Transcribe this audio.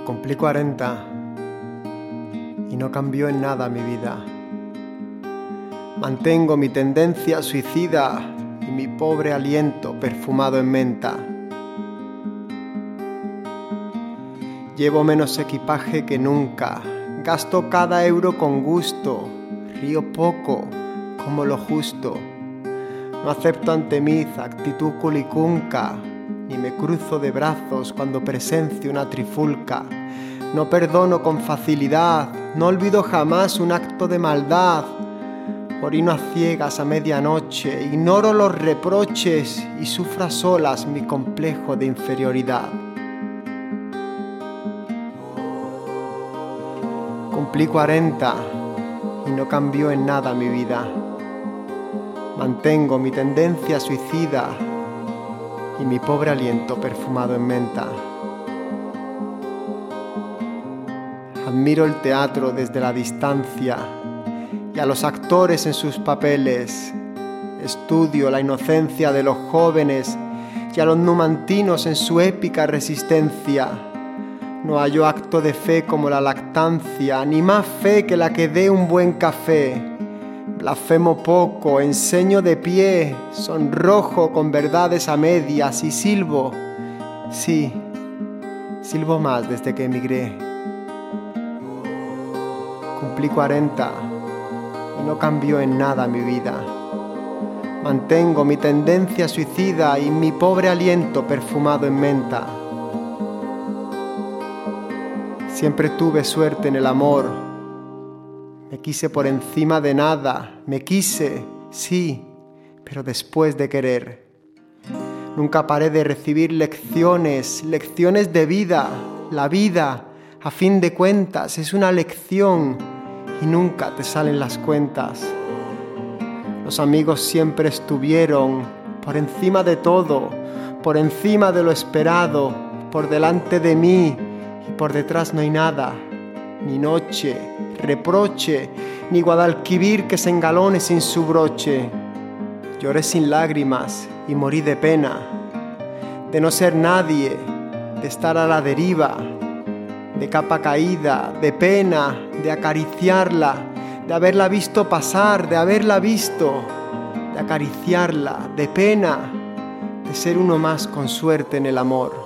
Cumplí 40 y no cambió en nada mi vida. Mantengo mi tendencia suicida y mi pobre aliento perfumado en menta. Llevo menos equipaje que nunca, gasto cada euro con gusto, río poco, como lo justo. No acepto ante mí actitud culicunca, ni me cruzo de brazos cuando presencio una trifulca. No perdono con facilidad, no olvido jamás un acto de maldad. Orino a ciegas a medianoche, ignoro los reproches y sufro a solas mi complejo de inferioridad. Cumplí 40 y no cambió en nada mi vida. Mantengo mi tendencia suicida y mi pobre aliento perfumado en menta. Admiro el teatro desde la distancia y a los actores en sus papeles. Estudio la inocencia de los jóvenes y a los numantinos en su épica resistencia. No hallo acto de fe como la lactancia, ni más fe que la que dé un buen café. Blasfemo poco, enseño de pie, sonrojo con verdades a medias y silbo. Sí, silbo más desde que emigré. Cumplí 40 y no cambió en nada mi vida. Mantengo mi tendencia suicida y mi pobre aliento perfumado en menta. Siempre tuve suerte en el amor. Me quise por encima de nada. Me quise, sí, pero después de querer. Nunca paré de recibir lecciones de vida. La vida, a fin de cuentas, es una lección y nunca te salen las cuentas. Los amigos siempre estuvieron por encima de todo, por encima de lo esperado, por delante de mí. Y por detrás no hay nada, ni noche, reproche, ni Guadalquivir que se engalone sin su broche. Lloré sin lágrimas y morí de pena, de no ser nadie, de estar a la deriva, de capa caída, de pena, de acariciarla, de haberla visto pasar, de haberla visto, de acariciarla, de pena, de ser uno más con suerte en el amor.